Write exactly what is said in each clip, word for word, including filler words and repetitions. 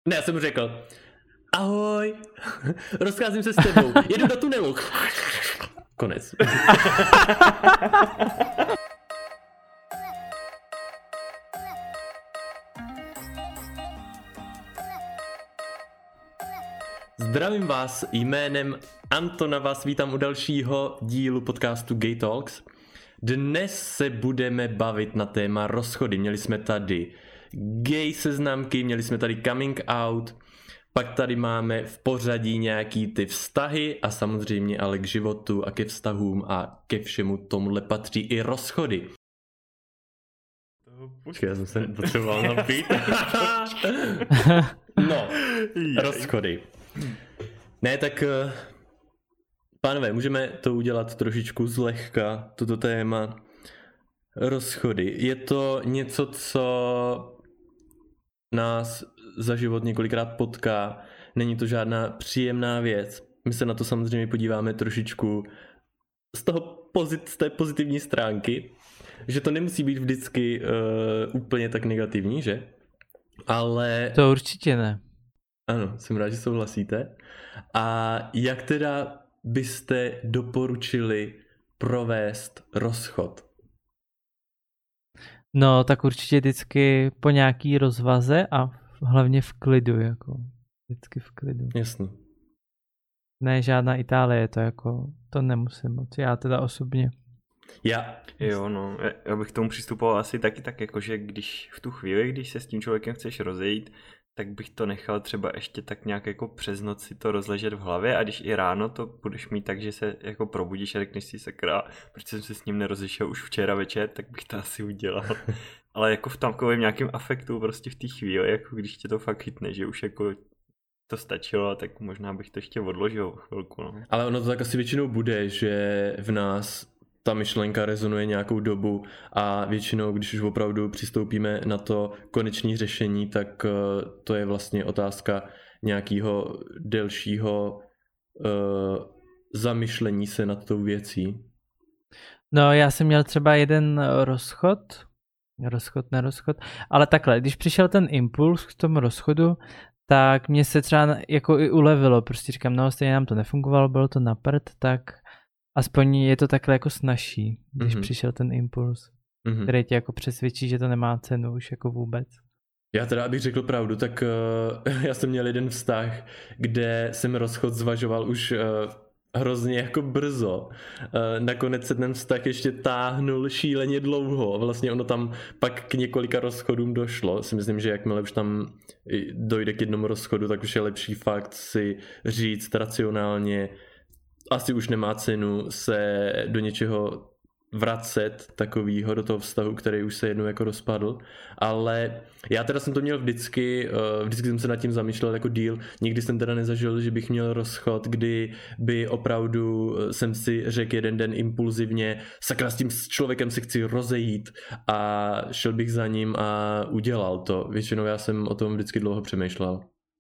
Ne, já jsem mu řekl, ahoj, rozcházím se s tebou, jedu do tunelu. Konec. Zdravím vás jménem Antona, vás vítám u dalšího dílu podcastu Gay Talks. Dnes se budeme bavit na téma rozchody. Měli jsme tady gay seznamky, měli jsme tady coming out, pak tady máme v pořadí nějaký ty vztahy a samozřejmě ale k životu a ke vztahům a ke všemu tomuhle patří i rozchody. Počkej, já jsem se potřeboval napít. No, rozchody. Ne, tak pánové, můžeme to udělat trošičku zlehka, toto téma rozchody. Je to něco, co nás za život několikrát potká, není to žádná příjemná věc. My se na to samozřejmě podíváme trošičku z toho pozit, z té pozitivní stránky, že to nemusí být vždycky uh, úplně tak negativní, že? Ale... To určitě ne. Ano, jsem rád, že souhlasíte. A jak teda byste doporučili provést rozchod? No, tak určitě vždycky po nějaký rozvaze a hlavně v klidu, jako vždycky v klidu. Jasný. Ne, žádná Itálie, to jako, to nemusím moc, já teda osobně. Já. Jo, no, já bych k tomu přistupoval asi taky tak, jako že když v tu chvíli, když se s tím člověkem chceš rozejít, tak bych to nechal třeba ještě tak nějak jako přes noc si to rozležet v hlavě a když i ráno to budeš mít tak, že se jako probudíš a řekneš si sakra, protože jsem se s ním nerozešel už včera večer, tak bych to asi udělal. Ale jako v takovém nějakém afektu prostě v té chvíli, jako když tě to fakt chytne, že už jako to stačilo, tak možná bych to ještě odložil chvilku, no. Ale ono to tak asi většinou bude, že v nás ta myšlenka rezonuje nějakou dobu a většinou, když už opravdu přistoupíme na to konečné řešení, tak to je vlastně otázka nějakého delšího uh, zamyšlení se nad tou věcí. No, já jsem měl třeba jeden rozchod, rozchod, nerozchod, ale takhle, když přišel ten impuls k tomu rozchodu, tak mě se třeba jako i ulevilo, prostě říkám, no stejně nám to nefungovalo, bylo to na prd, tak aspoň je to takhle jako snazší, když mm-hmm. přišel ten impuls, mm-hmm. který tě jako přesvědčí, že to nemá cenu už jako vůbec. Já teda, abych řekl pravdu, tak uh, já jsem měl jeden vztah, kde jsem rozchod zvažoval už uh, hrozně jako brzo. Uh, nakonec se ten vztah ještě táhnul šíleně dlouho. Vlastně ono tam pak k několika rozchodům došlo. Si myslím, že jakmile už tam dojde k jednomu rozchodu, tak už je lepší fakt si říct racionálně, asi už nemá cenu se do něčeho vracet takovýho, do toho vztahu, který už se jednou jako rozpadl, ale já teda jsem to měl vždycky, vždycky jsem se nad tím zamýšlel jako deal, nikdy jsem teda nezažil, že bych měl rozchod, kdy by opravdu jsem si řekl jeden den impulzivně, sakra, s tím člověkem se chci rozejít a šel bych za ním a udělal to. Většinou já jsem o tom vždycky dlouho přemýšlel.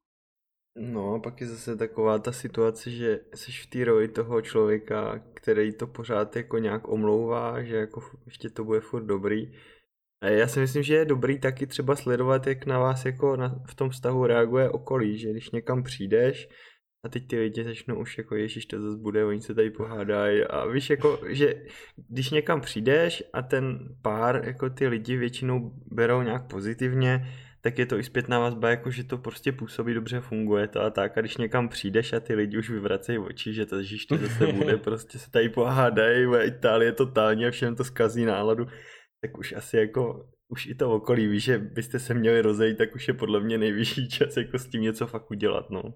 No, pak je zase taková ta situace, že jsi v té roli toho člověka, který to pořád jako nějak omlouvá, že jako ještě to bude furt dobrý. A já si myslím, že je dobrý taky třeba sledovat, jak na vás jako na, v tom vztahu reaguje okolí, že když někam přijdeš a teď ty lidi začnou už jako ježiš, to zase bude, oni se tady pohádají a víš jako, že když někam přijdeš a ten pár, jako ty lidi většinou berou nějak pozitivně, tak je to i zpětná vazba, jako že to prostě působí dobře, funguje to a tak. A když někam přijdeš a ty lidi už vyvracejí oči, že to, že to zase bude, prostě se tady pohádají, Itálie totálně a všem to zkazí náladu, tak už asi jako, už i to okolí ví, že byste se měli rozejít, tak už je podle mě nejvyšší čas jako s tím něco fakt udělat, no.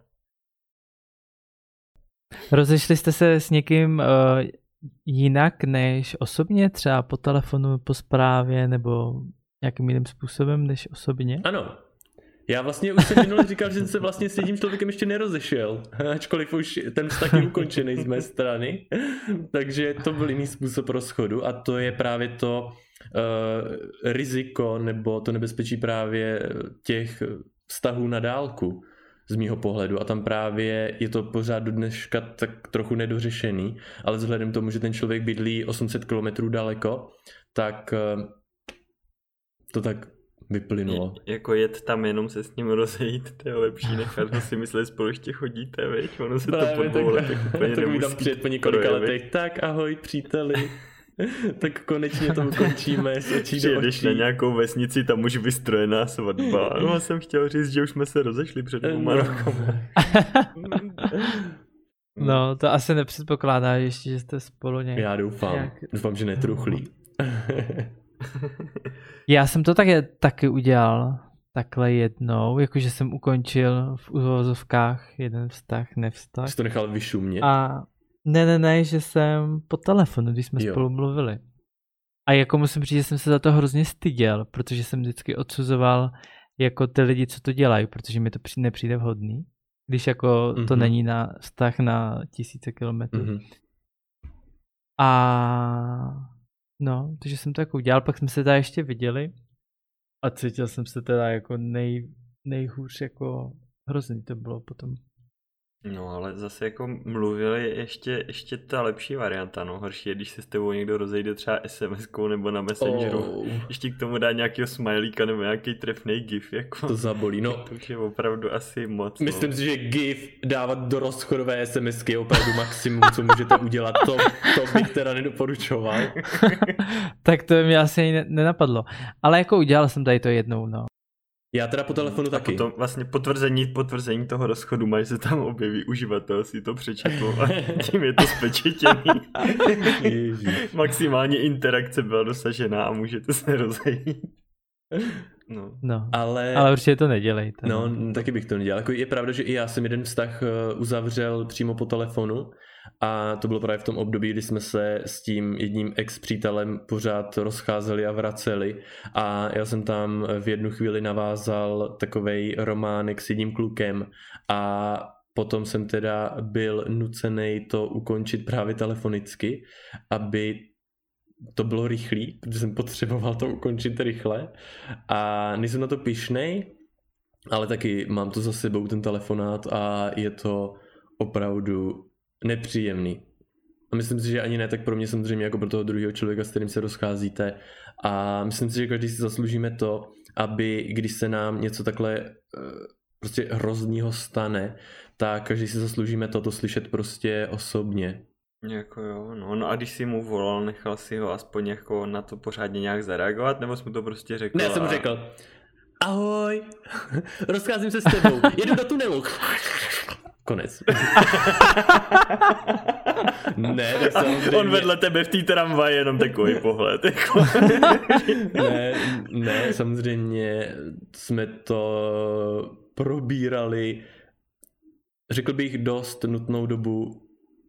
Rozešli jste se s někým uh, jinak než osobně, třeba po telefonu, po zprávě, nebo nějakým jiným způsobem než osobně? Ano. Já vlastně už jsem minule říkal, že jsem se vlastně s jedním člověkem ještě nerozešel, ačkoliv už ten vztah je ukončený z mé strany, takže to byl jiný způsob rozchodu a to je právě to uh, riziko nebo to nebezpečí právě těch vztahů na dálku z mýho pohledu a tam právě je to pořád do dneška tak trochu nedořešený, ale vzhledem k tomu, že ten člověk bydlí osm set kilometrů daleko, tak uh, to tak vyplynulo. Je, jako jet tam jenom se s ním rozejít, to je lepší nechat ho si myslet, spolu ještě chodíte, veď? Ono se to po dvou letech úplně tak nemusí tam přijet po několika projevit. letech, tak ahoj příteli, tak konečně to ukončíme s očí do Přijedeš očí. na nějakou vesnici, tam už vystrojená svatba. No já jsem chtěl říct, že už jsme se rozešli před dvěma No. rokama. No, to asi nepředpokládá ještě, že jste spolu nějak... Já doufám, nějak... doufám, že netruchlí. Já jsem to také, taky udělal takhle jednou, jakože jsem ukončil v uvozovkách jeden vztah, nevztah. Jsi to nechal vyšumět? A ne, ne, ne, že jsem po telefonu, když jsme Jo. spolu mluvili. A jako musím říct, že jsem se za to hrozně styděl, protože jsem vždycky odsuzoval jako ty lidi, co to dělají, protože mi to při- nepřijde vhodný, když jako mm-hmm. to Mhm. není na vztah na tisíce kilometrů. Mhm. A no, takže jsem to jako udělal, pak jsme se teda ještě viděli a cítil jsem se teda jako nej, nejhůř, jako hrozný to bylo potom. No ale zase jako mluvili ještě, ještě ta lepší varianta, no horší je, když se s tebou někdo rozejde třeba es em eskou nebo na Messengeru. Oh, Ještě k tomu dá nějakého smajlíka nebo nějaký trefný gif, jako. to zabolí, no. To už je opravdu asi moc. Myslím no. si, že GIF dávat do rozchodové SMSky je opravdu maximum, co můžete udělat. To, to bych teda nedoporučoval. Tak to mi asi ani ne- nenapadlo. Ale jako udělal jsem tady to jednou, no. Já teda po telefonu A taky. potom vlastně potvrzení, potvrzení toho rozchodu máš, se tam objeví uživatel, si to přečetl a tím je to spečetěný. Ježiš. Maximálně interakce byla dosažená a můžete se rozejít. No. no. Ale, Ale určitě to nedělejte. no, taky bych to nedělal. Jako je pravda, že i já jsem jeden vztah eh, uzavřel přímo po telefonu a to bylo právě v tom období, kdy jsme se s tím jedním ex-přítelem pořád rozcházeli a vraceli a já jsem tam v jednu chvíli navázal takovej románek s jedním klukem a potom jsem teda byl nucený to ukončit právě telefonicky, aby to bylo rychlý, protože jsem potřeboval to ukončit rychle a nejsem na to pyšnej, ale taky mám to za sebou ten telefonát a je to opravdu nepříjemný. A myslím si, že ani ne tak pro mě samozřejmě jako pro toho druhého člověka, s kterým se rozcházíte a myslím si, že každý si zasloužíme to, aby když se nám něco takhle eh, prostě hroznýho stane, tak každý si zasloužíme toto slyšet prostě osobně. Jako jo, no, no a když jsi mu volal, nechal si ho aspoň jako na to pořádně nějak zareagovat, nebo jsi mu to prostě řekl? Ne, já jsem mu a- řekl, ahoj, rozcházím se s tebou, jedu do tunelu. Konec. Ne, tak samozřejmě... On vedle tebe v té tramvaji jenom takový pohled. Jako. ne, ne, samozřejmě jsme to probírali, řekl bych, dost nutnou dobu.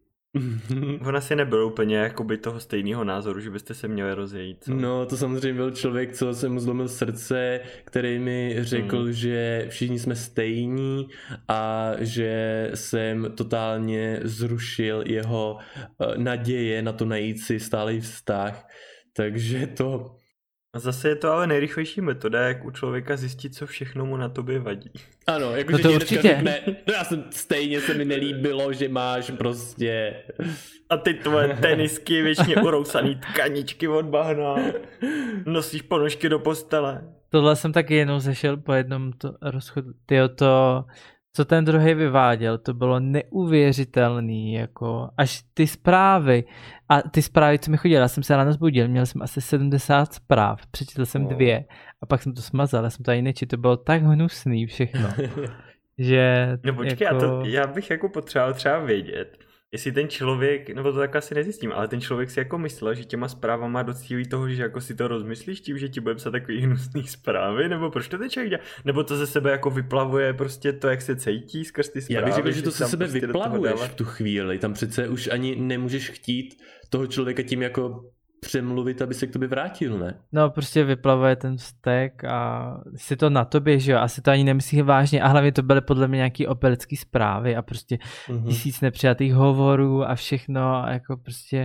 On asi nebyl úplně jakoby toho stejného názoru, že byste se měli rozejít. Co? No, to samozřejmě byl člověk, co se mu zlomil srdce, který mi řekl, Hmm. že všichni jsme stejní a že jsem totálně zrušil jeho eh, naděje na to najít si stálý vztah. Takže to... A zase je to ale nejrychlejší metoda, jak u člověka zjistit, co všechno mu na tobě vadí. Ano, No jakože to ti určitě. dneska řekne, no já jsem stejně se mi nelíbilo, že máš prostě... A ty tvoje tenisky, věčně urousaný tkaničky od bahna, nosíš ponožky do postele. Tohle jsem taky jenom zešel po jednom to rozchodu. Tyjo, to, co ten druhý vyváděl, to bylo neuvěřitelný, jako až ty zprávy. A ty zprávy, co mi chodily, já jsem se ráno zbudil, měl jsem asi sedmdesát zpráv, přečetl jsem Wow. dvě a pak jsem to smazal, já jsem to ani nečetl, to bylo tak hnusný všechno, že No počkej, jako... já, to, já bych jako potřeboval třeba vědět, jestli ten člověk, nebo to tak asi nezjistím, ale ten člověk si jako myslel, že těma zprávama docílí toho, že jako si to rozmyslíš tím, že ti bude psat takový hnusný zprávy, nebo proč to ten člověk dělá? Nebo to ze sebe jako vyplavuje prostě to, jak se cítí skrz ty zprávy. Já bych řekl, že to si se tam sebe prostě do toho vyplavuješ dává- v tu chvíli. Tam přece už ani nemůžeš chtít toho člověka tím jako přemluvit, aby se k tobě vrátil, ne? No prostě vyplavuje ten vztek a si to na tobě, že jo, asi to ani nemyslí vážně a hlavně to byly podle mě nějaký operacký zprávy a prostě Mhm. tisíc nepřijatých hovorů a všechno a jako prostě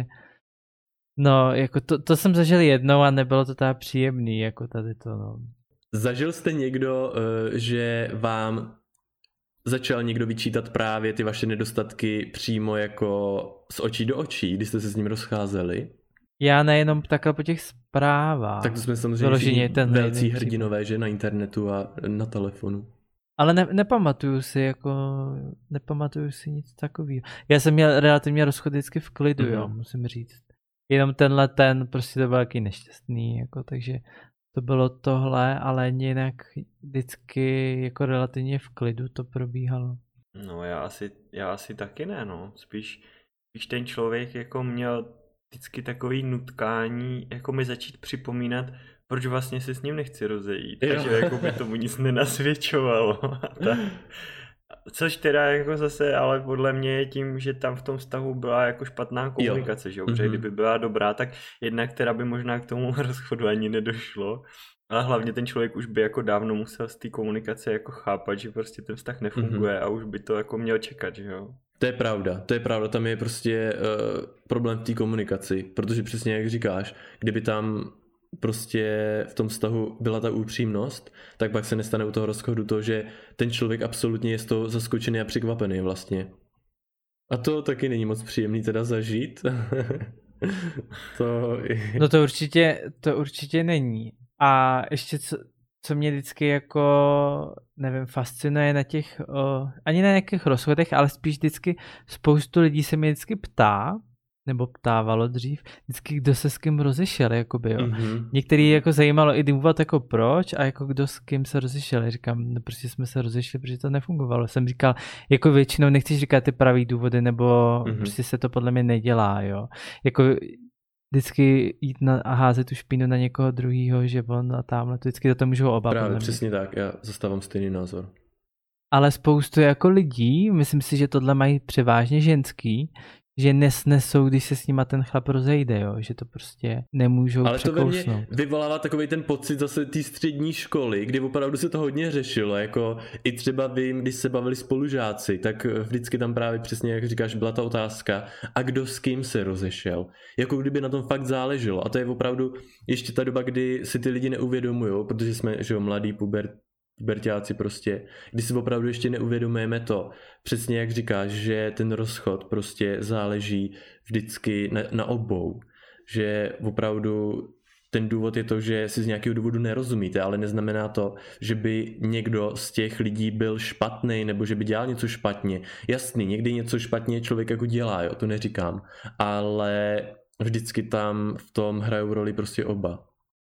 no jako to, to jsem zažil jednou a nebylo to tak příjemný jako tady to no. Zažil jste někdo, eh, že vám začal někdo vyčítat právě ty vaše nedostatky přímo jako z očí do očí, když jste se s ním rozcházeli? Já nejenom takhle po těch zprávách. Tak to jsme samozřejmě ten velcí hrdinové, že na internetu a na telefonu. Ale ne, nepamatuju si, jako, nepamatuju si nic takového. Já jsem měl relativně rozchod vždycky v klidu, mm-hmm. jo, musím říct. Jenom tenhle ten, prostě to byl jaký nešťastný, jako, takže to bylo tohle, ale jinak vždycky jako relativně v klidu to probíhalo. No já asi, já asi taky ne, no. Spíš, spíš ten člověk jako měl vždycky takový nutkání, jako mi začít připomínat, proč vlastně se s ním nechci rozejít. Jo. Takže jako by tomu nic nenasvědčovalo. Což teda jako zase, ale podle mě je tím, že tam v tom vztahu byla jako špatná komunikace, jo. Že jo? Protože mm-hmm. kdyby byla dobrá, tak jednak teda by možná k tomu rozchodu ani nedošlo. Ale hlavně ten člověk už by jako dávno musel z té komunikace jako chápat, že prostě ten vztah nefunguje mm-hmm. a už by to jako měl čekat, že jo. To je pravda, to je pravda, tam je prostě uh, problém v té komunikaci, protože přesně jak říkáš, kdyby tam prostě v tom vztahu byla ta upřímnost, tak pak se nestane u toho rozchodu to, že ten člověk absolutně je z toho zaskočený a překvapený vlastně. A to taky není moc příjemný teda zažít. to... No to určitě, to určitě není. A ještě co, co mě vždycky jako, nevím, fascinuje na těch, o, ani na nějakých rozchodech, ale spíš vždycky spoustu lidí se mě vždycky ptá, nebo ptávalo dřív, vždycky kdo se s kým rozešel, jakoby, jo. Mm-hmm. Některý jako zajímalo i důvod jako proč a jako kdo s kým se rozešel. Já říkám, no prostě jsme se rozešli, protože to nefungovalo. Jsem říkal, jako většinou nechci říkat ty pravý důvody, nebo mm-hmm. prostě se to podle mě nedělá, jo. Jako vždycky jít na, a házet tu špínu na někoho druhýho, že on a tamhle, to vždycky to můžou oba. Právě, přesně tak, já zastávám stejný názor. Ale spoustu jako lidí, myslím si, že tohle mají převážně ženský, že nesnesou, když se s nima ten chlap rozejde, jo? Že to prostě nemůžou ale překousnout. Ale to ve mně vyvolává takový ten pocit zase té střední školy, kdy opravdu se to hodně řešilo, jako i třeba vím, když se bavili spolužáci, tak vždycky tam právě přesně, jak říkáš, byla ta otázka, a kdo s kým se rozešel. Jako kdyby na tom fakt záleželo. A to je opravdu ještě ta doba, kdy si ty lidi neuvědomujou, protože jsme, že jo, mladý puber, puberťáci prostě, kdy si opravdu ještě neuvědomujeme to, přesně jak říkáš, že ten rozchod prostě záleží vždycky na, na obou, že opravdu ten důvod je to, že si z nějakého důvodu nerozumíte, ale neznamená to, že by někdo z těch lidí byl špatný nebo že by dělal něco špatně. Jasný, někdy něco špatně člověk jako dělá, jo, to neříkám, ale vždycky tam v tom hrajou roli prostě oba.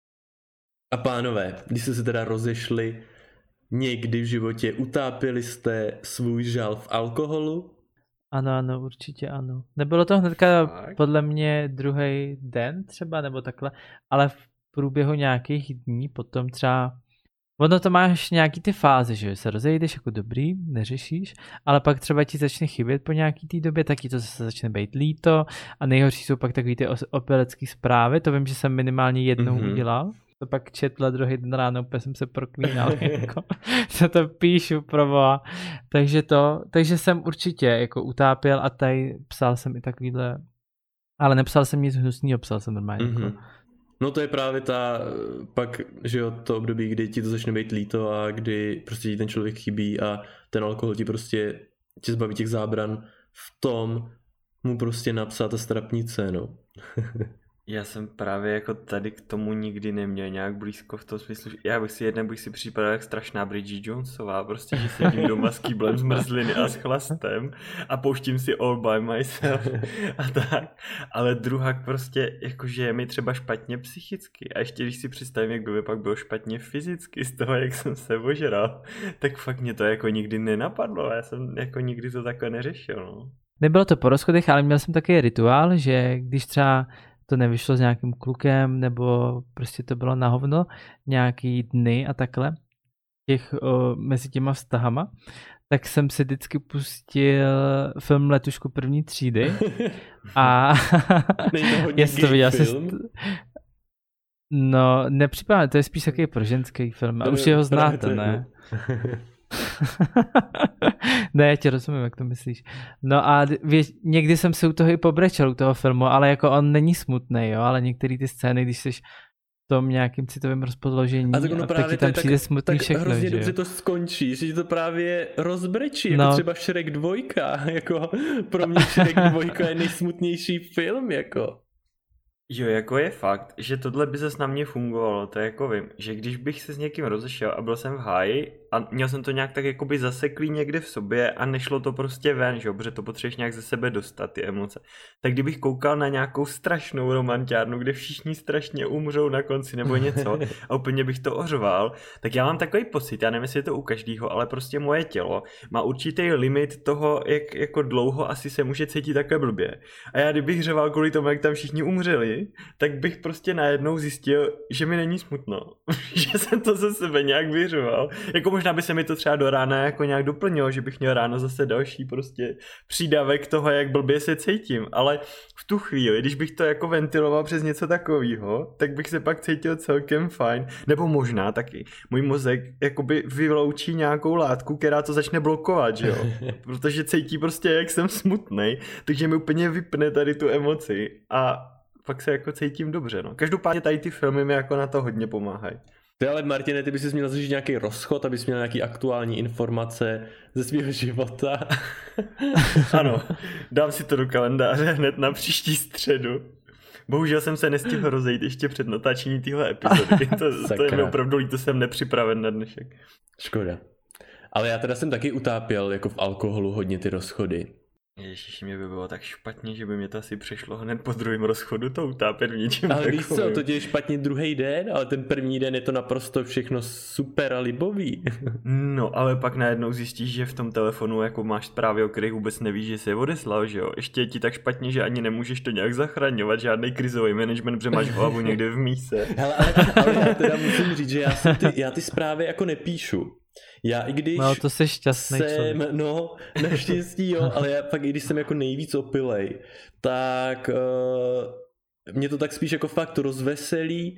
A pánové, když jste se teda rozešli, někdy v životě utápěli jste svůj žal v alkoholu? Ano, ano, určitě ano. Nebylo to hnedka tak. Podle mě druhý den třeba, nebo takhle, ale v průběhu nějakých dní potom třeba, ono to máš nějaký ty fáze, že se rozejdeš jako dobrý, neřešíš, ale pak třeba ti začne chybět po nějaký té době, tak ti to zase začne být líto a nejhorší jsou pak takový ty opelecký zprávy, to vím, že jsem minimálně jednou mm-hmm. udělal. To pak četla druhý den ráno, úplně jsem se proklínal, jako, co to píšu, proboha. Takže to, takže jsem určitě jako utápěl a tady psal jsem i takovýhle, ale nepsal jsem nic hnusného, psal jsem normálně. Mm-hmm. Jako. No to je právě ta, pak, že jo, to období, kdy ti to začne být líto a kdy prostě ti ten člověk chybí a ten alkohol ti prostě, tě zbaví těch zábran v tom, mu prostě napsat a strapnice, no. Já jsem právě jako tady k tomu nikdy neměl nějak blízko v tom smyslu, že já bych si jednou bych si připadal jak strašná Bridget Jonesová, prostě, že sedím doma s kýblem zmrzliny a s chlastem a pouštím si All by myself a tak, ale druhak prostě jakože je mi třeba špatně psychicky a ještě když si představím, jak by mi pak bylo špatně fyzicky z toho, jak jsem se ožral, tak fakt mě to jako nikdy nenapadlo, já jsem jako nikdy to takhle neřešil, no. Nebylo to po rozchodech, ale měl jsem takový rituál, že když třeba to nevyšlo s nějakým klukem, nebo prostě to bylo na hovno, nějaký dny a takhle, těch o, mezi těma vztahama, tak jsem si vždycky pustil film Letušku první třídy a jestli to viděl film? Jsi... No, nepřipadá, to je spíš takový pro ženský film a už je ho znáte, ne? Ne, já tě rozumím, jak to myslíš. No a víš, někdy jsem se u toho i pobrečel, u toho filmu, ale jako on není smutný, jo, ale některé ty scény, když jsi v tom nějakým citovém rozpoložení, a tak, no, a tak ti tam přijde tak, smutný tak všechno, hrozně dobře to skončí, že ti to právě rozbrečí, jako no. Třeba Shrek dvojka, jako pro mě Shrek dvojka je nejsmutnější film, jako. Jo, jako je fakt, že tohle by zase na mě fungovalo, to jako vím, že když bych se s někým rozešel a byl jsem v háji a měl jsem to nějak tak jakoby zaseklý někde v sobě a nešlo to prostě ven, že jo, protože to potřebuješ nějak ze sebe dostat, ty emoce. Tak kdybych koukal na nějakou strašnou romantiárnu, kde všichni strašně umřou na konci nebo něco a úplně bych to ořval, tak já mám takový pocit, já nevím, jestli je to u každého, ale prostě moje tělo má určitý limit toho, jak jako dlouho asi se může cítit takhle blbě. A já kdybych řeval kvůli tomu, jak tam všichni umřeli, tak bych prostě najednou zjistil, že mi není smutno. Že jsem to ze sebe nějak vyřoval. Jako možná by se mi to třeba do rána jako nějak doplnilo, že bych měl ráno zase další prostě přídavek toho, jak blbě se cítím. Ale v tu chvíli, když bych to jako ventiloval přes něco takového, tak bych se pak cítil celkem fajn. Nebo možná taky můj mozek jakoby vyloučí nějakou látku, která to začne blokovat, že jo? Protože cítí prostě, jak jsem smutnej, takže mi úplně vypne tady tu emoci a pak se jako cítím dobře, no. Každopádně tady ty filmy mi jako na to hodně pomáhají. Ty ale Martine, ty bys si měl zažít nějaký rozchod, abys měl nějaký aktuální informace ze svého života. Ano, dám si to do kalendáře hned na příští středu. Bohužel jsem se nestihl rozejít ještě před natáčení téhle epizody. To, to je mi opravdu líto, jsem nepřipraven na dnešek. Škoda. Ale já teda jsem taky utápěl jako v alkoholu hodně ty rozchody. Ježiši, mě by bylo tak špatně, že by mě to asi přešlo hned po druhém rozchodu to utápět v něčem ale takovým. víš co, to tě je špatně druhý den, ale ten první den je to naprosto všechno super a libový. No, ale pak najednou zjistíš, že v tom telefonu jako máš zprávy, o kterých vůbec nevíš, že se odeslal, že jo? Ještě je ti tak špatně, že ani nemůžeš to nějak zachraňovat, žádný krizový management, protože máš hlavu někde v míse. Hele, ale, ale já teda musím říct, že já, jsem ty, já ty zprávy jako nepíšu. Já i když no, to jsi šťastný jsem, člověk. no, naštěstí jo, ale já pak i když jsem jako nejvíc opilej, tak uh, mě to tak spíš jako fakt rozveselí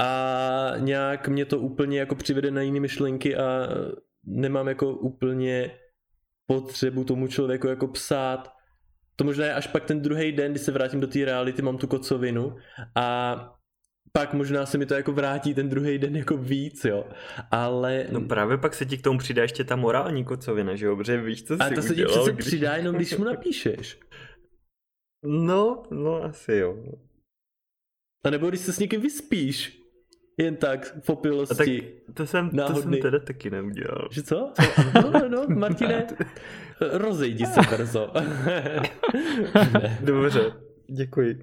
a nějak mě to úplně jako přivede na jiné myšlenky a nemám jako úplně potřebu tomu člověku jako psát. To možná je až pak ten druhý den, kdy se vrátím do té reality, mám tu kocovinu a pak možná se mi to jako vrátí ten druhý den jako víc, jo, ale... No právě pak se ti k tomu přidá ještě ta morální kocovina, že jo, protože víš, co jsi udělal. A to se ti přece když... přidá jenom, když mu napíšeš. No, no asi jo. A nebo když se s někým vyspíš, jen tak, v opilosti. Tak to jsem, to jsem teda taky neudělal. Že co? No, no, no, Martine, rozejdi se brzo. Dobře, děkuji.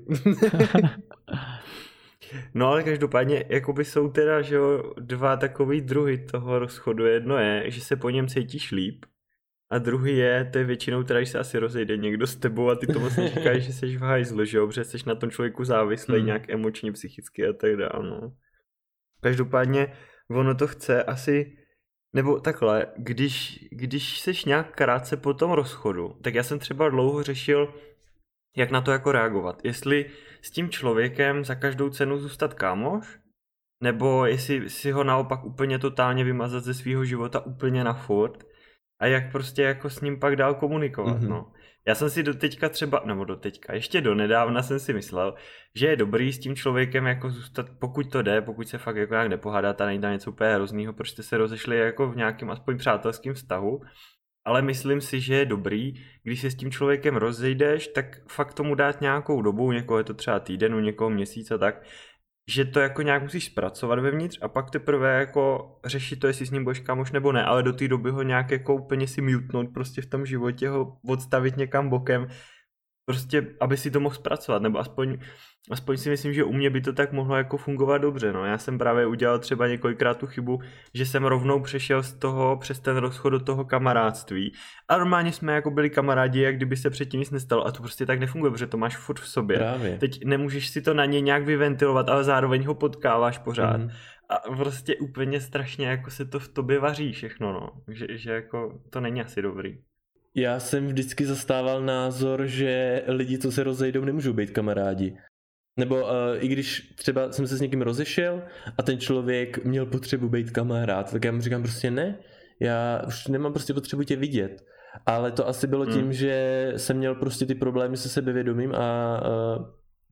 No ale každopádně, jakoby jsou teda, že jo, dva takový druhy toho rozchodu. Jedno je, že se po něm cítíš líp a druhý je, to je většinou teda, když se asi rozejde někdo s tebou a ty to vlastně říkáš, že jsi v hajzlu, že jo, protože jsi na tom člověku závislý hmm. nějak emočně, psychicky a tak dále, no. Každopádně ono to chce asi, nebo takhle, když, když seš nějak krátce po tom rozchodu, tak já jsem třeba dlouho řešil, jak na to jako reagovat. Jestli s tím člověkem za každou cenu zůstat kámoš, nebo jestli si ho naopak úplně totálně vymazat ze svého života úplně na furt a jak prostě jako s ním pak dál komunikovat, mm-hmm. no. Já jsem si doteďka třeba, nebo doteďka, ještě donedávna jsem si myslel, že je dobrý s tím člověkem jako zůstat, pokud to jde, pokud se fakt jako nějak nepohádáte a nejde něco úplně hroznýho, protože jste se rozešli jako v nějakém aspoň přátelském vztahu, ale myslím si, že je dobrý, když se s tím člověkem rozejdeš, tak fakt tomu dát nějakou dobu, někoho je to třeba týden, u někoho měsíc a tak, že to jako nějak musíš zpracovat vevnitř a pak teprve jako řešit to, jestli s ním budeš kámoš nebo ne, ale do té doby ho nějak jako úplně si mutnout prostě v tom životě, ho odstavit někam bokem, prostě, aby si to mohl zpracovat, nebo aspoň, aspoň si myslím, že u mě by to tak mohlo jako fungovat dobře, no. Já jsem právě udělal třeba několikrát tu chybu, že jsem rovnou přešel z toho, přes ten rozchod do toho kamarádství a normálně jsme jako byli kamarádi, jak kdyby se předtím nic nestalo a to prostě tak nefunguje, protože to máš furt v sobě. Právě. Teď nemůžeš si to na něj nějak vyventilovat, ale zároveň ho potkáváš pořád. Mm. A prostě úplně strašně jako se to v tobě vaří všechno, no. Že, že jako to není asi dobrý. Já jsem vždycky zastával názor, že lidi, co se rozejdou, nemůžou být kamarádi. Nebo uh, i když třeba jsem se s někým rozešel a ten člověk měl potřebu být kamarád, tak já mu říkám prostě ne, já už nemám prostě potřebu tě vidět. Ale to asi bylo tím, hmm. že jsem měl prostě ty problémy se sebevědomím a uh,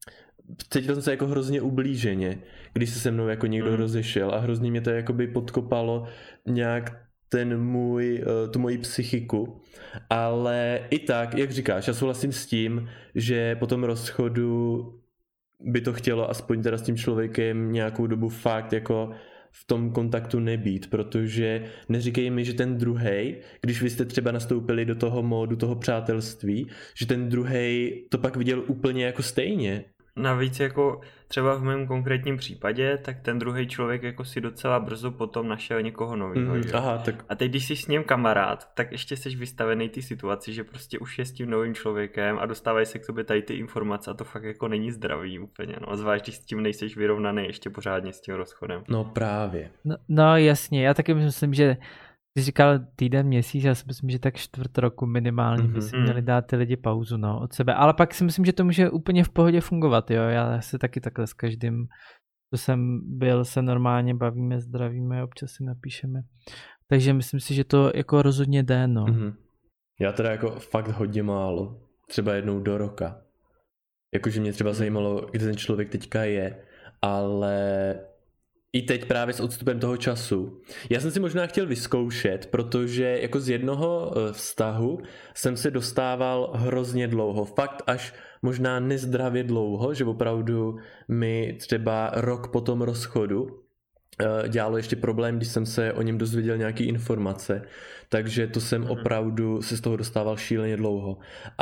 cítil jsem se jako hrozně ublíženě, když se se mnou jako někdo hmm. rozešel a hrozně mě to jakoby podkopalo nějak ten můj, tu moji psychiku, ale i tak, jak říkáš, já souhlasím s tím, že po tom rozchodu by to chtělo aspoň teda s tím člověkem nějakou dobu fakt jako v tom kontaktu nebýt, protože neříkej mi, že ten druhej, když vy jste třeba nastoupili do toho módu toho přátelství, že ten druhej to pak viděl úplně jako stejně. Navíc jako třeba v mém konkrétním případě, tak ten druhý člověk jako si docela brzo potom našel někoho nového. Mm, aha, tak... A teď, když jsi s ním kamarád, tak ještě jsi vystavený té situaci, že prostě už je s tím novým člověkem a dostávají se k tobě tady ty informace a to fakt jako není zdravý úplně, no. Zvlášť, když s tím nejseš vyrovnaný ještě pořádně s tím rozchodem. No právě. No, no jasně, já taky myslím, že ty jsi říkal týden, měsíc, já si myslím, že tak čtvrt roku minimálně mm-hmm. by si měli dát ty lidi pauzu, no, od sebe. Ale pak si myslím, že to může úplně v pohodě fungovat, jo. Já se taky takhle s každým, co jsem byl, se normálně bavíme, zdravíme, občas si napíšeme. Takže myslím si, že to jako rozhodně jde, no. Mm-hmm. Já teda jako fakt hodně málo. Třeba jednou do roka. Jakože mě třeba zajímalo, kde ten člověk teďka je, ale... I teď právě s odstupem toho času. Já jsem si možná chtěl vyzkoušet, protože jako z jednoho vztahu jsem se dostával hrozně dlouho. Fakt až možná nezdravě dlouho, že opravdu mi třeba rok po tom rozchodu dělalo ještě problém, když jsem se o něm dozvěděl nějaký informace. Takže to jsem opravdu se z toho dostával šíleně dlouho.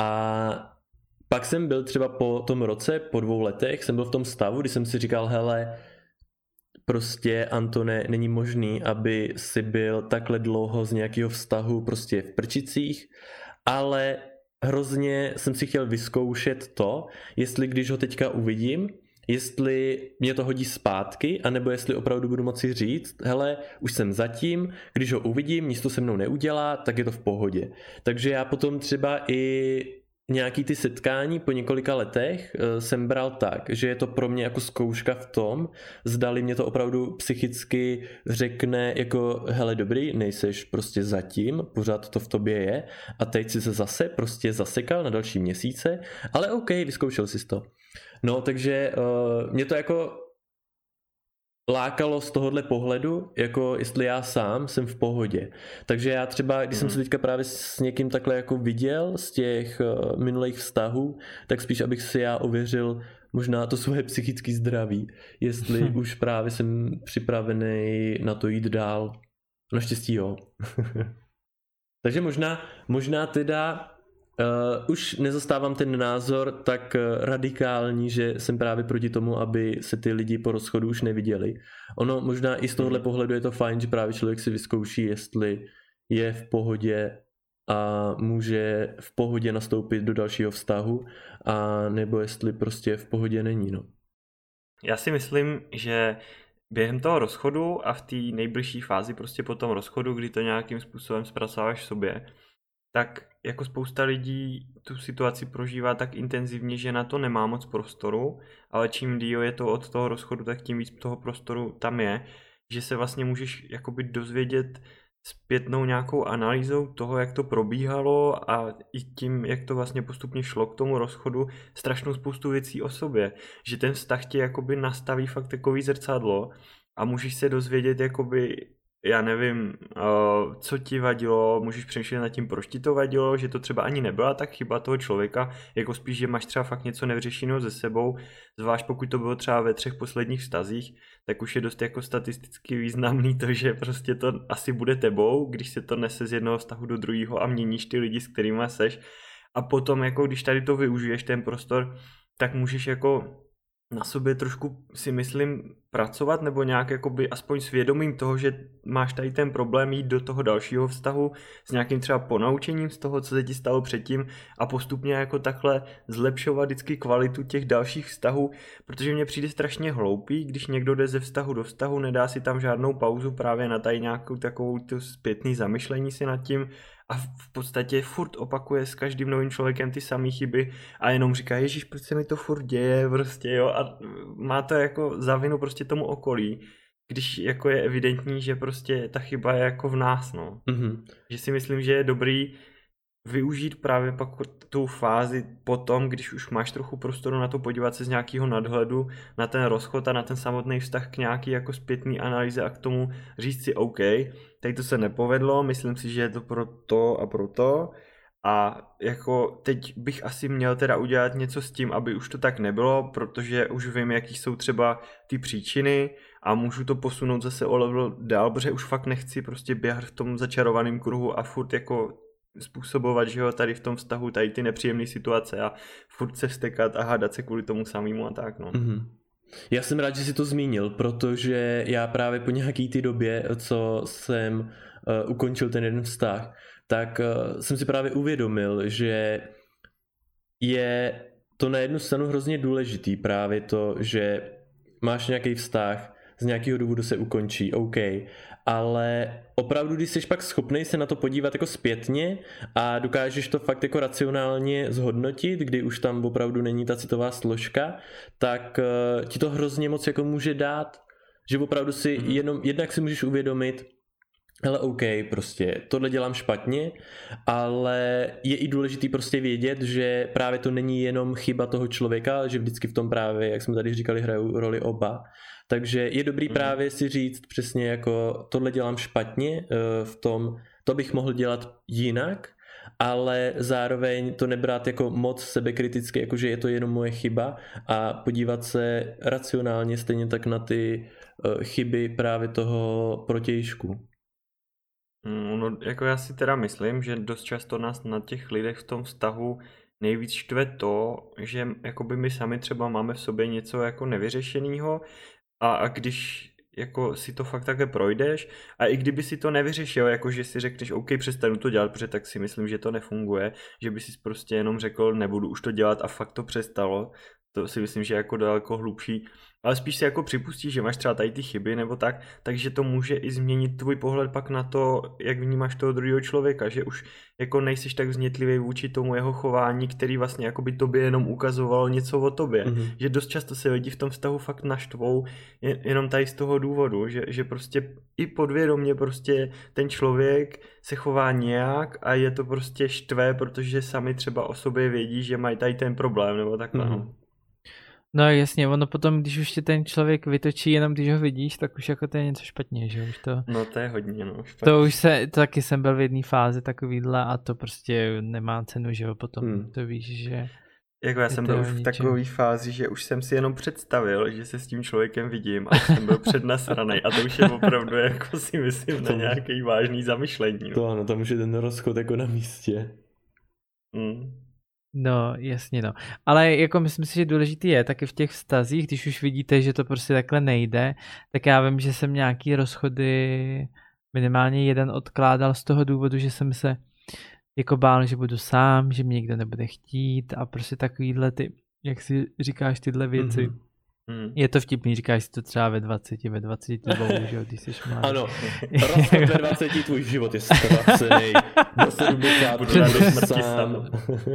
A pak jsem byl třeba po tom roce, po dvou letech, jsem byl v tom stavu, kdy jsem si říkal, hele, prostě, Antone, není možný, aby si byl takhle dlouho z nějakého vztahu prostě v prčicích, ale hrozně jsem si chtěl vyzkoušet to, jestli když ho teďka uvidím, jestli mě to hodí zpátky, anebo jestli opravdu budu moci říct, hele, už jsem zatím, když ho uvidím, nic to se mnou neudělá, tak je to v pohodě. Takže já potom třeba i nějaký ty setkání po několika letech jsem bral tak, že je to pro mě jako zkouška v tom, zdali mě to opravdu psychicky řekne jako hele dobrý, nejseš prostě zatím, pořád to v tobě je a teď si se zase prostě zasekal na další měsíce, ale OK, vyzkoušel jsi to. No takže uh, mě to jako lákalo z tohohle pohledu, jako jestli já sám jsem v pohodě. Takže já třeba, když mm. jsem se teďka právě s někým takhle jako viděl z těch uh, minulých vztahů, tak spíš abych si já ověřil možná to svoje psychické zdraví, jestli hm. už právě jsem připravený na to jít dál. Naštěstí jo. Takže možná, možná teda Uh, už nezastávám ten názor tak uh, radikální, že jsem právě proti tomu, aby se ty lidi po rozchodu už neviděli. Ono možná i z tohohle pohledu je to fajn, že právě člověk si vyzkouší, jestli je v pohodě a může v pohodě nastoupit do dalšího vztahu, a nebo jestli prostě v pohodě není. No. Já si myslím, že během toho rozchodu a v té nejbližší fázi prostě po tom rozchodu, kdy to nějakým způsobem zpracováváš v sobě, tak jako spousta lidí tu situaci prožívá tak intenzivně, že na to nemá moc prostoru, ale čím díl je to od toho rozchodu, tak tím víc toho prostoru tam je, že se vlastně můžeš jakoby dozvědět zpětnou nějakou analýzou toho, jak to probíhalo a i tím, jak to vlastně postupně šlo k tomu rozchodu, strašnou spoustu věcí o sobě, že ten vztah tě jakoby nastaví fakt takový zrcadlo a můžeš se dozvědět jakoby, já nevím, co ti vadilo, můžeš přemýšlet nad tím, proč ti to vadilo, že to třeba ani nebyla tak chyba toho člověka, jako spíš, že máš třeba fakt něco nevyřešeného se sebou, zvlášť pokud to bylo třeba ve třech posledních vztazích, tak už je dost jako statisticky významný to, že prostě to asi bude tebou, když se to nese z jednoho vztahu do druhého a měníš ty lidi, s kterými seš. A potom, jako když tady to využiješ, ten prostor, tak můžeš jako na sobě trošku, si myslím, pracovat, nebo nějak jakoby aspoň svědomím toho, že máš tady ten problém, jít do toho dalšího vztahu s nějakým třeba ponaučením z toho, co se ti stalo předtím, a postupně jako takhle zlepšovat vždycky kvalitu těch dalších vztahů, protože mně přijde strašně hloupý, když někdo jde ze vztahu do vztahu, nedá si tam žádnou pauzu právě na tady nějakou takovou tu zpětný zamyšlení si nad tím a v podstatě furt opakuje s každým novým člověkem ty samé chyby a jenom říká, ježíš, proč se mi to furt děje, prostě jo, a má to jako za vinu prostě tomu okolí, když jako je evidentní, že prostě ta chyba je jako v nás, no. Mm-hmm. Že si myslím, že je dobrý využít právě pak tu fázi potom, když už máš trochu prostoru na to podívat se z nějakého nadhledu na ten rozchod a na ten samotný vztah k nějaký jako zpětný analýze a k tomu říct si OK, tady to se nepovedlo, myslím si, že je to pro to a pro to A jako teď bych asi měl teda udělat něco s tím, aby už to tak nebylo, protože už vím, jaký jsou třeba ty příčiny a můžu to posunout zase o level dál, protože už fakt nechci prostě běhat v tom začarovaném kruhu a furt jako způsobovat, že jo, tady v tom vztahu tady ty nepříjemné situace a furt se vztekat a hádat se kvůli tomu samému a tak, no. Mm-hmm. Já jsem rád, že jsi to zmínil, protože já právě po nějaký ty době, co jsem uh, ukončil ten jeden vztah, tak uh, jsem si právě uvědomil, že je to na jednu stranu hrozně důležitý právě to, že máš nějaký vztah, z nějakého důvodu se ukončí, OK, ale opravdu, když jsi pak schopnej se na to podívat jako zpětně a dokážeš to fakt jako racionálně zhodnotit, kdy už tam opravdu není ta citová složka, tak uh, ti to hrozně moc jako může dát, že opravdu si mm. jenom, jednak si můžeš uvědomit, hele OK, prostě tohle dělám špatně, ale je i důležitý prostě vědět, že právě to není jenom chyba toho člověka, že vždycky v tom právě, jak jsme tady říkali, hrajou roli oba. Takže je dobrý mm. právě si říct přesně jako tohle dělám špatně, v tom to bych mohl dělat jinak, ale zároveň to nebrát jako moc sebekriticky, jakože je to jenom moje chyba a podívat se racionálně stejně tak na ty chyby právě toho protějšku. No, jako já si teda myslím, že dost často nás na těch lidech v tom vztahu nejvíc štve to, že jakoby my sami třeba máme v sobě něco jako nevyřešenýho a, a když jako si to fakt také projdeš a i kdyby si to nevyřešil, jako že si řekneš OK, přestanu to dělat, protože tak si myslím, že to nefunguje, že by si prostě jenom řekl nebudu už to dělat a fakt to přestalo, to si myslím, že je jako daleko hlubší, ale spíš si jako připustíš, že máš třeba tady ty chyby nebo tak, takže to může i změnit tvůj pohled pak na to, jak vnímáš toho druhého člověka, že už jako nejsiš tak vznětlivý vůči tomu jeho chování, který vlastně jako by tobě jenom ukazovalo něco o tobě, mm-hmm. že dost často se lidi v tom vztahu fakt naštvou jenom tady z toho důvodu, že, že prostě i podvědomě prostě ten člověk se chová nějak a je to prostě štve, protože sami třeba o sobě vědí, že mají tady ten problém nebo takhle. Mm-hmm. No jasně, ono potom, když už tě ten člověk vytočí, jenom když ho vidíš, tak už jako to je něco špatně, že už to... No to je hodně, no špatně. To už se, to taky jsem byl v jedné fázi takovýhle a to prostě nemá cenu, že jo, potom hmm. to víš, že... Jako já jsem byl už v takové fázi, že už jsem si jenom představil, že se s tím člověkem vidím a jsem byl přednasranej a to už je opravdu jako si myslím na nějaký vážný zamyšlení. No. To ano, tam už je ten rozchod jako na místě. Hmm. No, jasně no. Ale jako myslím si, že důležitý je taky v těch vztazích, když už vidíte, že to prostě takhle nejde, tak já vím, že jsem nějaký rozchody minimálně jeden odkládal z toho důvodu, že jsem se jako bál, že budu sám, že mě nikdo nebude chtít a prostě takovýhle ty, jak si říkáš tyhle věci. Mm-hmm. Hmm. Je to vtipný, říkáš si to třeba ve dvaceti, ve dvaceti dvou, že jo, když jsi mladý. Ano, rozchod ve dvaceti, tvůj život je ztracený, do sedmdesáti budu na smrti sám.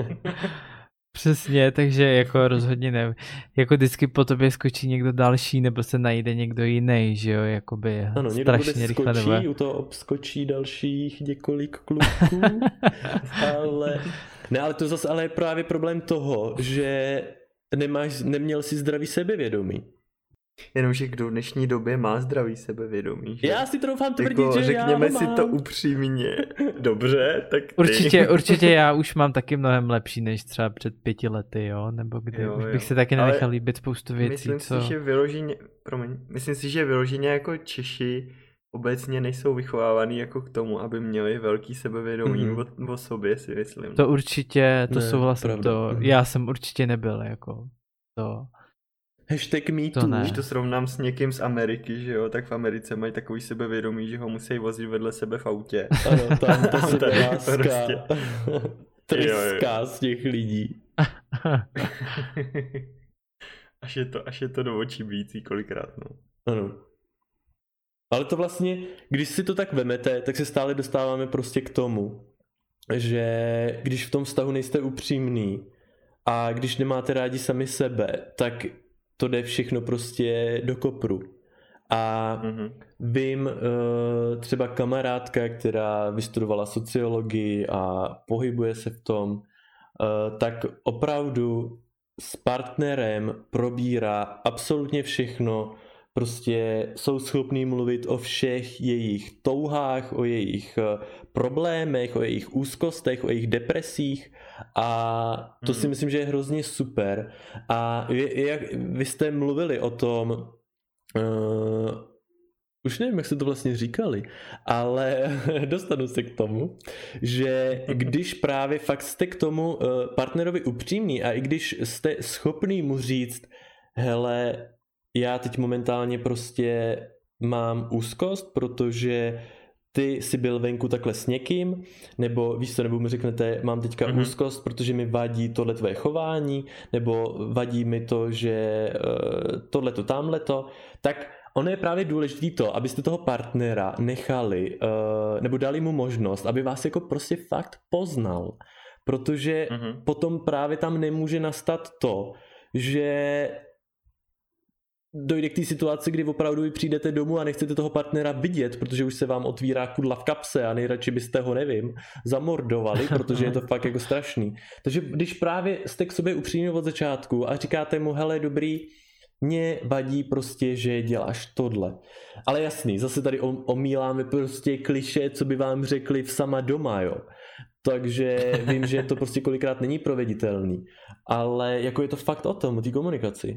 Přesně, takže jako rozhodně ne, jako vždycky po tobě skočí někdo další, nebo se najde někdo jiný, že jo, jakoby ano, strašně rychle. Ano, někdo u toho obskočí dalších několik kluků, ale, ne, ale to zase ale je právě problém toho, že Nemáš, neměl jsi zdravý sebevědomí. Jenomže kdo v dnešní době má zdravý sebevědomí, že? Já si troufám tvrdit, jako, že řekněme já si to upřímně. Dobře, tak ty. Určitě, určitě já už mám taky mnohem lepší než třeba před pěti lety, jo? Nebo kdy jo, už bych jo. se taky nenechal ale líbit spoustu věcí, myslím co... si, že vyloženě, promiň, myslím si, že vyloženě jako Češi obecně nejsou vychovávaný jako k tomu, aby měli velký sebevědomí mm-hmm. o, o sobě, si myslím. To určitě, to ne, souhlasím, pravda. to, mm-hmm. já jsem určitě nebyl, jako to... Hashtag me to too. Když to srovnám s někým z Ameriky, že jo, tak v Americe mají takový sebevědomí, že ho musí vozit vedle sebe v autě. Ano, tam to sebeláska. Prostě. Tryská z těch lidí. až, je to, až je to do očí bíjící kolikrát, no. Ano. Ale to vlastně, když si to tak vemete, tak se stále dostáváme prostě k tomu, že když v tom vztahu nejste upřímný a když nemáte rádi sami sebe, tak to jde všechno prostě do kopru. A mm-hmm. vím třeba kamarádka, která vystudovala sociologii a pohybuje se v tom, tak opravdu s partnerem probírá absolutně všechno, prostě jsou schopní mluvit o všech jejich touhách, o jejich problémech, o jejich úzkostech, o jejich depresích a to si myslím, že je hrozně super. A jak vy jste mluvili o tom, uh, už nevím, jak se to vlastně říkali, ale dostanu se k tomu, že když právě fakt jste k tomu uh, partnerovi upřímný a i když jste schopný mu říct, hele, já teď momentálně prostě mám úzkost, protože ty jsi byl venku takhle s někým, nebo víš co, nebo mi řeknete, mám teďka mm-hmm. úzkost, protože mi vadí tohle tvoje chování, nebo vadí mi to, že uh, tohleto, tamhleto, tak ono je právě důležité to, abyste toho partnera nechali, uh, nebo dali mu možnost, aby vás jako prostě fakt poznal, protože mm-hmm. potom právě tam nemůže nastat to, že dojde k té situaci, kdy opravdu vy přijdete domů a nechcete toho partnera vidět, protože už se vám otvírá kudla v kapse a nejradši byste ho, nevím, zamordovali, protože je to fakt jako strašný. Takže když právě jste k sobě upřímní od začátku a říkáte mu, hele, dobrý, mě vadí prostě, že děláš tohle. Ale jasný, zase tady omíláme prostě klišé, co by vám řekli v sama doma, jo. Takže vím, že to prostě kolikrát není proveditelný. Ale jako je to fakt o tom, o té komunikaci.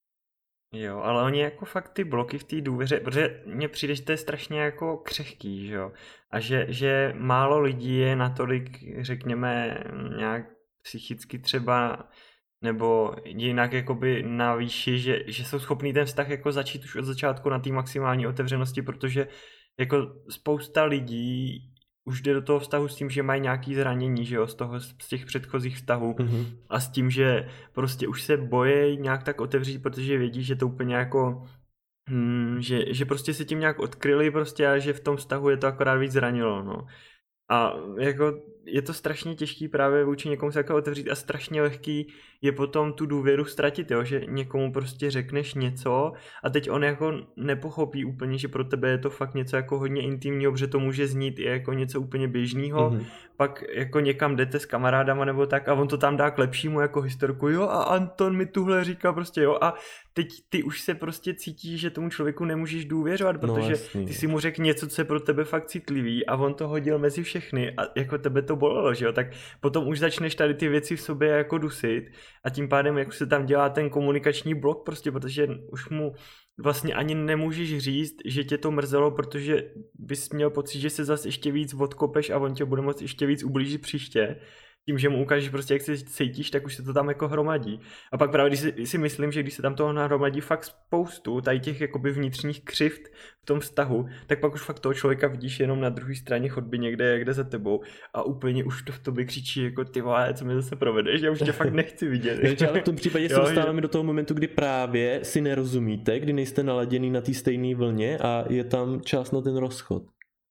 Jo, ale oni jako fakt ty bloky v té důvěře, protože mně přijde, že to je strašně jako křehký, že jo. A že, že málo lidí je natolik, řekněme, nějak psychicky třeba, nebo jinak jakoby na výši, že, že jsou schopní ten vztah jako začít už od začátku na té maximální otevřenosti, protože jako spousta lidí už jde do toho vztahu s tím, že mají nějaký zranění, že jo, z toho, z těch předchozích vztahů mm-hmm. a s tím, že prostě už se bojí nějak tak otevřít, protože vědí, že to úplně jako, hm, že, že prostě se tím nějak odkryli prostě a že v tom vztahu je to akorát víc zranilo, no. A jako je to strašně těžký právě vůči někomu se jako otevřít a strašně lehký je potom tu důvěru ztratit, jo? Že někomu prostě řekneš něco a teď on jako nepochopí úplně, že pro tebe je to fakt něco jako hodně intimního, protože to může znít i jako něco úplně běžného, mm-hmm. pak jako někam jdete s kamarádama nebo tak a on to tam dá k lepšímu jako historku, jo a Anton mi tuhle říká prostě jo a teď ty už se prostě cítíš, že tomu člověku nemůžeš důvěřovat, protože no, ty si mu řekl něco, co je pro tebe fakt citlivý a on to hodil mezi všechny a jako tebe to bolelo, že jo, tak potom už začneš tady ty věci v sobě jako dusit a tím pádem jak se tam dělá ten komunikační blok prostě, protože už mu vlastně ani nemůžeš říct, že tě to mrzelo, protože bys měl pocit, že se zase ještě víc odkopeš a on tě bude moct ještě víc ublížit příště. Tím, že mu ukážeš prostě, jak se cítíš, tak už se to tam jako hromadí. A pak právě, když si, si myslím, že když se tam toho nahromadí fakt spoustu, tady těch jakoby vnitřních křivt v tom vztahu, tak pak už fakt toho člověka vidíš jenom na druhé straně chodby někde, někde za tebou a úplně už to v tobě křičí jako ty vole, co mi zase provedeš, já už tě fakt nechci vidět. Takže ale v tom případě se dostáváme do toho momentu, kdy právě si nerozumíte, kdy nejste naladěný na té stejné vlně a je tam čas na ten rozchod.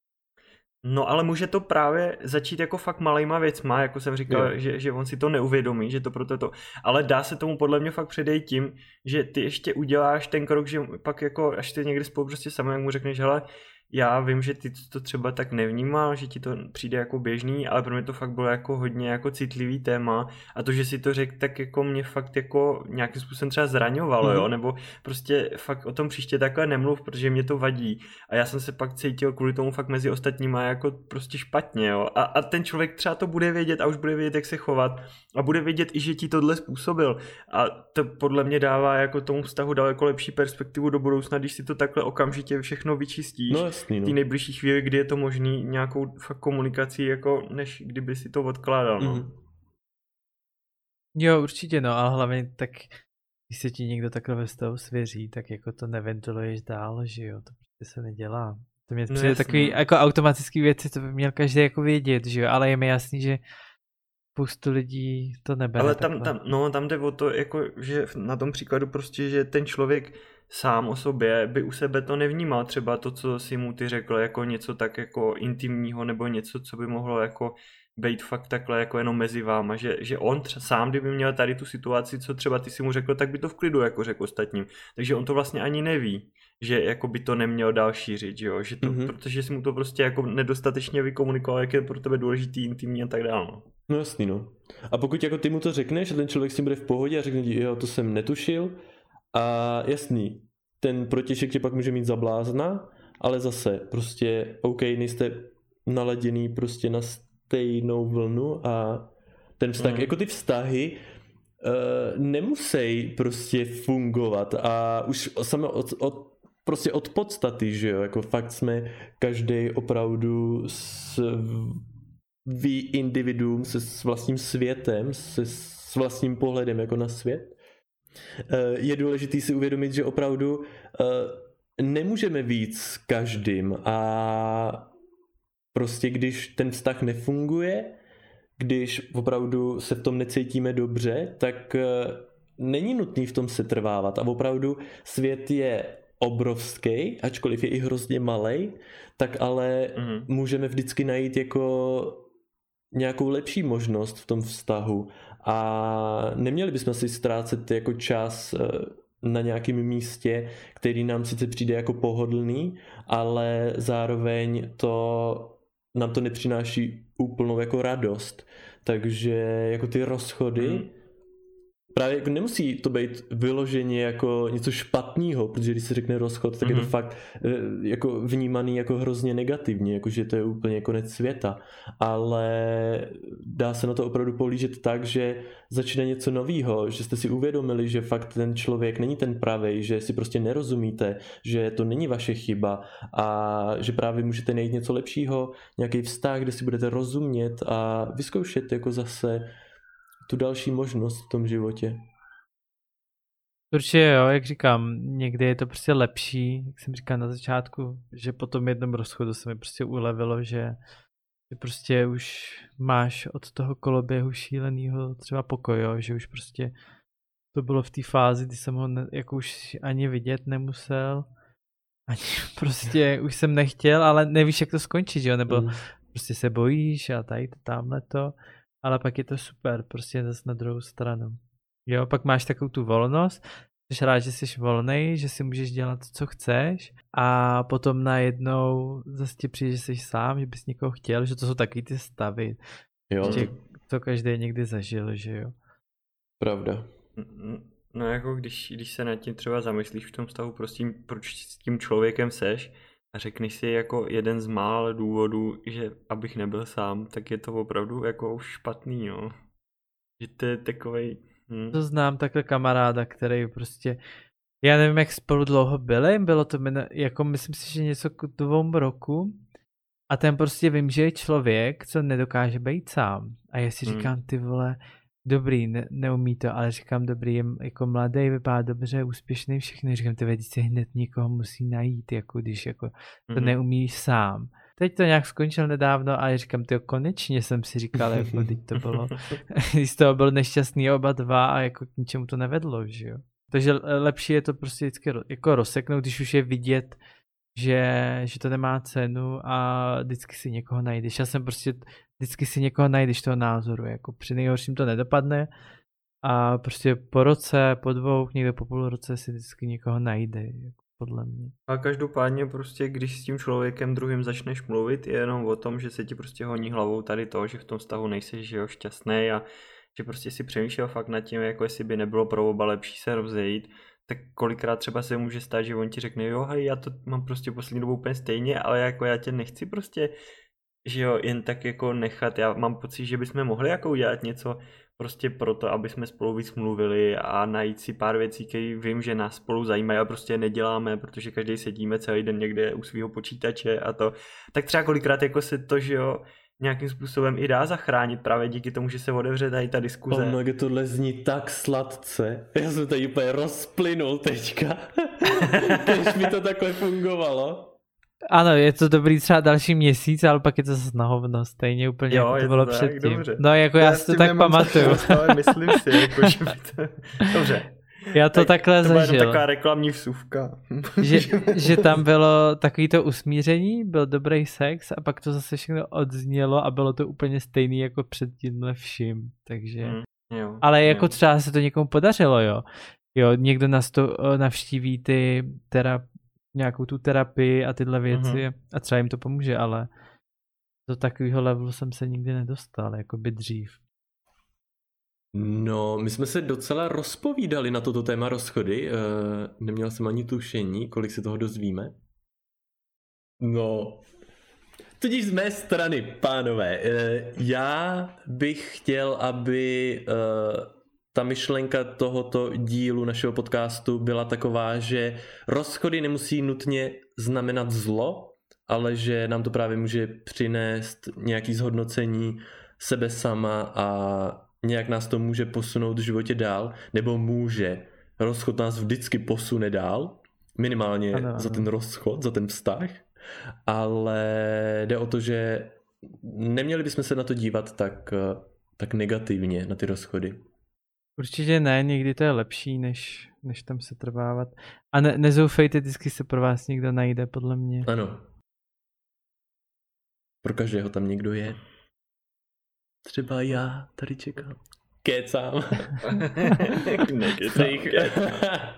No ale může to právě začít jako fakt malejma věcma, jako jsem říkal, že, že on si to neuvědomí, že to proto to, ale dá se tomu podle mě fakt předejít tím, že ty ještě uděláš ten krok, že pak jako až ty někdy spolu prostě sami, jak mu řekneš, hele, já vím, že ty to třeba tak nevnímal, že ti to přijde jako běžný, ale pro mě to fakt bylo jako hodně jako citlivý téma a to, že si to řekl, tak jako mě fakt jako nějakým způsobem třeba zraňovalo, mm. jo, nebo prostě fakt o tom příště takhle nemluv, protože mě to vadí a já jsem se pak cítil kvůli tomu fakt mezi ostatníma jako prostě špatně, jo, a, a ten člověk třeba to bude vědět a už bude vědět, jak se chovat a bude vědět i, že ti tohle způsobil a to podle mě dává jako tomu vztahu daleko lepší perspektivu do budoucna, když si to takhle okamžitě všechno vyčistíš. No, jasný, no. V té nejbližší chvíli, kdy je to možný nějakou fakt komunikací, jako než kdyby si to odkládal, no. Mm-hmm. Jo, určitě, no, a hlavně tak, když se ti někdo takhle ve stavu svěří, tak jako to neventiluješ dál, že jo, to prostě se nedělá. To mě přijde no, takový jako automatický věci, to by měl každý jako vědět, že jo, ale je mi jasný, že spoustu lidí to nebere. Ale tam, tam, no, tam jde o to, jako, že na tom příkladu prostě, že ten člověk sám o sobě by u sebe to nevnímal, třeba to, co si mu ty řekl, jako něco tak jako intimního, nebo něco, co by mohlo jako být fakt takhle jako jenom mezi váma, že, že on třeba sám, kdyby měl tady tu situaci, co třeba ty si mu řekl, tak by to v klidu jako řekl ostatním. Takže on to vlastně ani neví, že jako by to neměl dál šířit, že jo, že to, mm-hmm. protože jsi mu to prostě jako nedostatečně vykomunikoval, jak je pro tebe důležitý, intimní a tak dále. No. No jasný, no. A pokud jako ty mu to řekneš a ten člověk s tím bude v pohodě a řekne ti, jo, to jsem netušil a jasný, ten protějšek tě pak může mít za blázna, ale zase prostě OK, nejste naladěný prostě na stejnou vlnu a ten vztah, mm. jako ty vztahy uh, nemusí prostě fungovat a už samé od, od, prostě od podstaty, že jo, jako fakt jsme každý opravdu s ví individuum se s vlastním světem, se s vlastním pohledem jako na svět. Uh, je důležité si uvědomit, že opravdu uh, nemůžeme víc s každým a prostě když ten vztah nefunguje, když opravdu se v tom necítíme dobře, tak není nutný v tom setrvávat a opravdu svět je obrovský, ačkoliv je i hrozně malej, tak ale mm. můžeme vždycky najít jako nějakou lepší možnost v tom vztahu a neměli bychom si ztrácet jako čas na nějakém místě, který nám sice přijde jako pohodlný, ale zároveň to nám to nepřináší úplnou jako radost. Takže jako ty rozchody hmm. právě jako nemusí to být vyloženě jako něco špatného, protože když se řekne rozchod, tak mm-hmm. je to fakt jako vnímaný jako hrozně negativně, jako že to je úplně konec světa, ale dá se na to opravdu pohlížet tak, že začne něco novýho, že jste si uvědomili, že fakt ten člověk není ten pravej, že si prostě nerozumíte, že to není vaše chyba a že právě můžete najít něco lepšího, nějaký vztah, kde si budete rozumět a vyzkoušet jako zase tu další možnost v tom životě. Určitě jo, jak říkám, někdy je to prostě lepší, jak jsem říkal na začátku, že po tom jednom rozchodu se mi prostě ulevilo, že, že prostě už máš od toho koloběhu šílenýho třeba pokoj, jo, že už prostě to bylo v té fázi, kdy jsem ho ne, jako už ani vidět nemusel, ani prostě už jsem nechtěl, ale nevíš, jak to skončit, jo, nebo mm. prostě se bojíš a tady to, tamhle to. Ale pak je to super, prostě zase na druhou stranu. Jo, pak máš takovou tu volnost, jsi rád, že jsi volnej, že si můžeš dělat, co chceš a potom najednou zase ti přijde, že jsi sám, že bys někoho chtěl, že to jsou takový ty stavy. Jo. Ještě to každý někdy zažil, že jo. Pravda. No jako když, když se nad tím třeba zamyslíš v tom vztahu, prostě proč s tím člověkem seš, a řekneš si jako jeden z mála důvodů, že abych nebyl sám, tak je to opravdu jako už špatný, jo. Že to je takovej... Hm. To znám takhle kamaráda, který prostě... Já nevím, jak spolu dlouho byli, bylo to jako myslím si, že něco k dvou roku a ten prostě vím, že je člověk, co nedokáže být sám. A já si říkám, hm. ty vole, dobrý, ne, neumí to, ale říkám, dobrý, je jako mladý, vypadá dobře, úspěšný, všechny, říkám, ty vědí, si hned někoho musí najít, jako když jako to mm-hmm. neumíš sám. Teď to nějak skončil nedávno a říkám, ty konečně jsem si říkal, jako teď to bylo, když z toho byl nešťastný oba dva a jako k ničemu to nevedlo, že jo. Takže lepší je to prostě vždycky jako rozseknout, když už je vidět, že, že to nemá cenu a vždycky si někoho najdeš. Já jsem prostě vždycky si někoho najdeš toho názoru, jako při nejhorším to nedopadne a prostě po roce, po dvou, někde po půl roce si vždycky někoho najde, jako podle mě. A každopádně prostě, když s tím člověkem druhým začneš mluvit, je jenom o tom, že se ti prostě honí hlavou tady to, že v tom vztahu nejseš, že jo, šťastný a že prostě si přemýšlel fakt nad tím, jako jestli by nebylo pro oba lepší se rozejít, tak kolikrát třeba se může stát, že on ti řekne, jo, hej, já to mám prostě poslední dobou úplně stejně, ale jako já tě nechci prostě, že jo, jen tak jako nechat, já mám pocit, že bychom mohli jako udělat něco prostě proto, aby jsme spolu víc mluvili a najít si pár věcí, které vím, že nás spolu zajímají a prostě neděláme, protože každý sedíme celý den někde u svého počítače a to, tak třeba kolikrát jako se to, že jo, nějakým způsobem i dá zachránit právě díky tomu, že se otevře tady ta diskuze. Ono, že tohle zní tak sladce. Já jsem tady úplně rozplynul teďka. Když mi to takhle fungovalo. Ano, je to dobrý třeba další měsíc, ale pak je to zase na hovno, stejně úplně, jo, jako to bylo tak, předtím. Dobře. No jako já, já si to tak pamatuju. Ale myslím si, jako, že by to... Dobře. Já to tak, takhle to zažil. To taková reklamní vsuvka. že, že tam bylo takový to usmíření, byl dobrý sex a pak to zase všechno odznělo a bylo to úplně stejný jako před tímhle vším, takže... Mm, jo, ale jako jo. třeba se to někomu podařilo, jo. Jo, někdo nás to navštíví ty terap, nějakou tu terapii a tyhle věci mm-hmm. a třeba jim to pomůže, ale do takového levelu jsem se nikdy nedostal, jako by dřív. No, my jsme se docela rozpovídali na toto téma rozchody. Neměl jsem ani tušení, kolik se toho dozvíme. No, tudíž z mé strany, pánové, já bych chtěl, aby ta myšlenka tohoto dílu našeho podcastu byla taková, že rozchody nemusí nutně znamenat zlo, ale že nám to právě může přinést nějaký zhodnocení sebe sama a nějak nás to může posunout v životě dál, nebo může. Rozchod nás vždycky posune dál, minimálně ano, ano. za ten rozchod, za ten vztah, ale jde o to, že neměli bychom se na to dívat tak, tak negativně, na ty rozchody. Určitě ne, někdy to je lepší, než, než tam se trvávat. A ne, nezoufejte, vždycky se pro vás někdo najde, podle mě. Ano. Pro každého tam někdo je. Třeba já tady čekám. Kecám. Nekecám, kecám.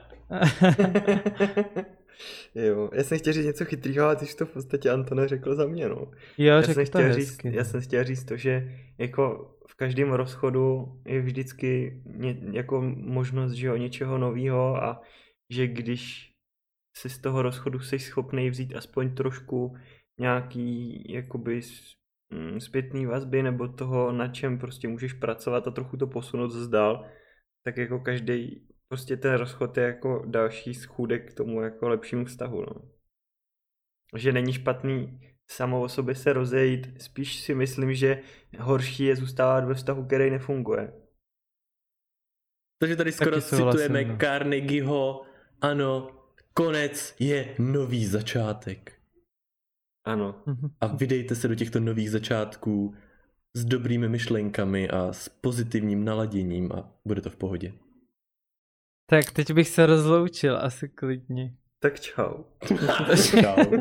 Jo, já jsem chtěl říct něco chytrýho, ale ty jsi to v podstatě, Antone, řekl za mě, no. Jo, já, jsem chtěl hezky, říct, no. já jsem chtěl říct to, že jako v každém rozchodu je vždycky ně, jako možnost, že jo, něčeho nového a že když si z toho rozchodu jsi schopný vzít aspoň trošku nějaký jakoby zpětný vazby nebo toho, na čem prostě můžeš pracovat a trochu to posunout zase dál, tak jako každý prostě ten rozchod je jako další schůdek k tomu jako lepšímu vztahu, no. Že není špatný samo o sobě se rozejít, spíš si myslím, že horší je zůstávat ve vztahu, který nefunguje. Takže tady skoro citujeme no. Carnegieho, ano, konec je nový začátek. Ano. A vydejte se do těchto nových začátků s dobrými myšlenkami a s pozitivním naladěním a bude to v pohodě. Tak teď bych se rozloučil asi klidně. Tak čau. Čau.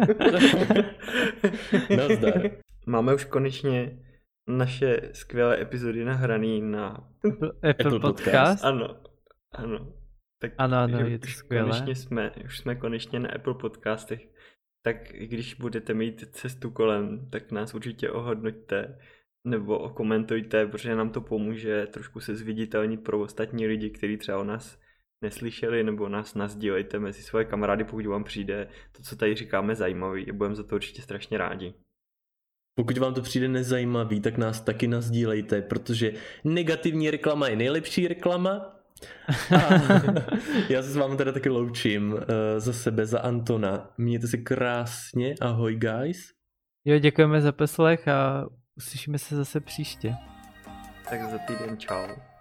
Nazdar. Máme už konečně naše skvělé epizody nahraný na Apple, Apple Podcast. Podcast. Ano, ano. Tak ano, ano, je to skvělé. Konečně jsme, už jsme konečně na Apple Podcastech. Tak když budete mít cestu kolem, tak nás určitě ohodnoťte nebo okomentujte, protože nám to pomůže trošku se zviditelnit pro ostatní lidi, kteří třeba o nás neslyšeli, nebo nás nasdílejte mezi svoje kamarády, pokud vám přijde to, co tady říkáme, zajímavý a budeme za to určitě strašně rádi. Pokud vám to přijde nezajímavý, tak nás taky nasdílejte, protože negativní reklama je nejlepší reklama. A já se s vámi teda taky loučím uh, za sebe, za Antona. Mějte se krásně, ahoj guys. Jo, děkujeme za poslech a uslyšíme se zase příště. Tak za týden čau.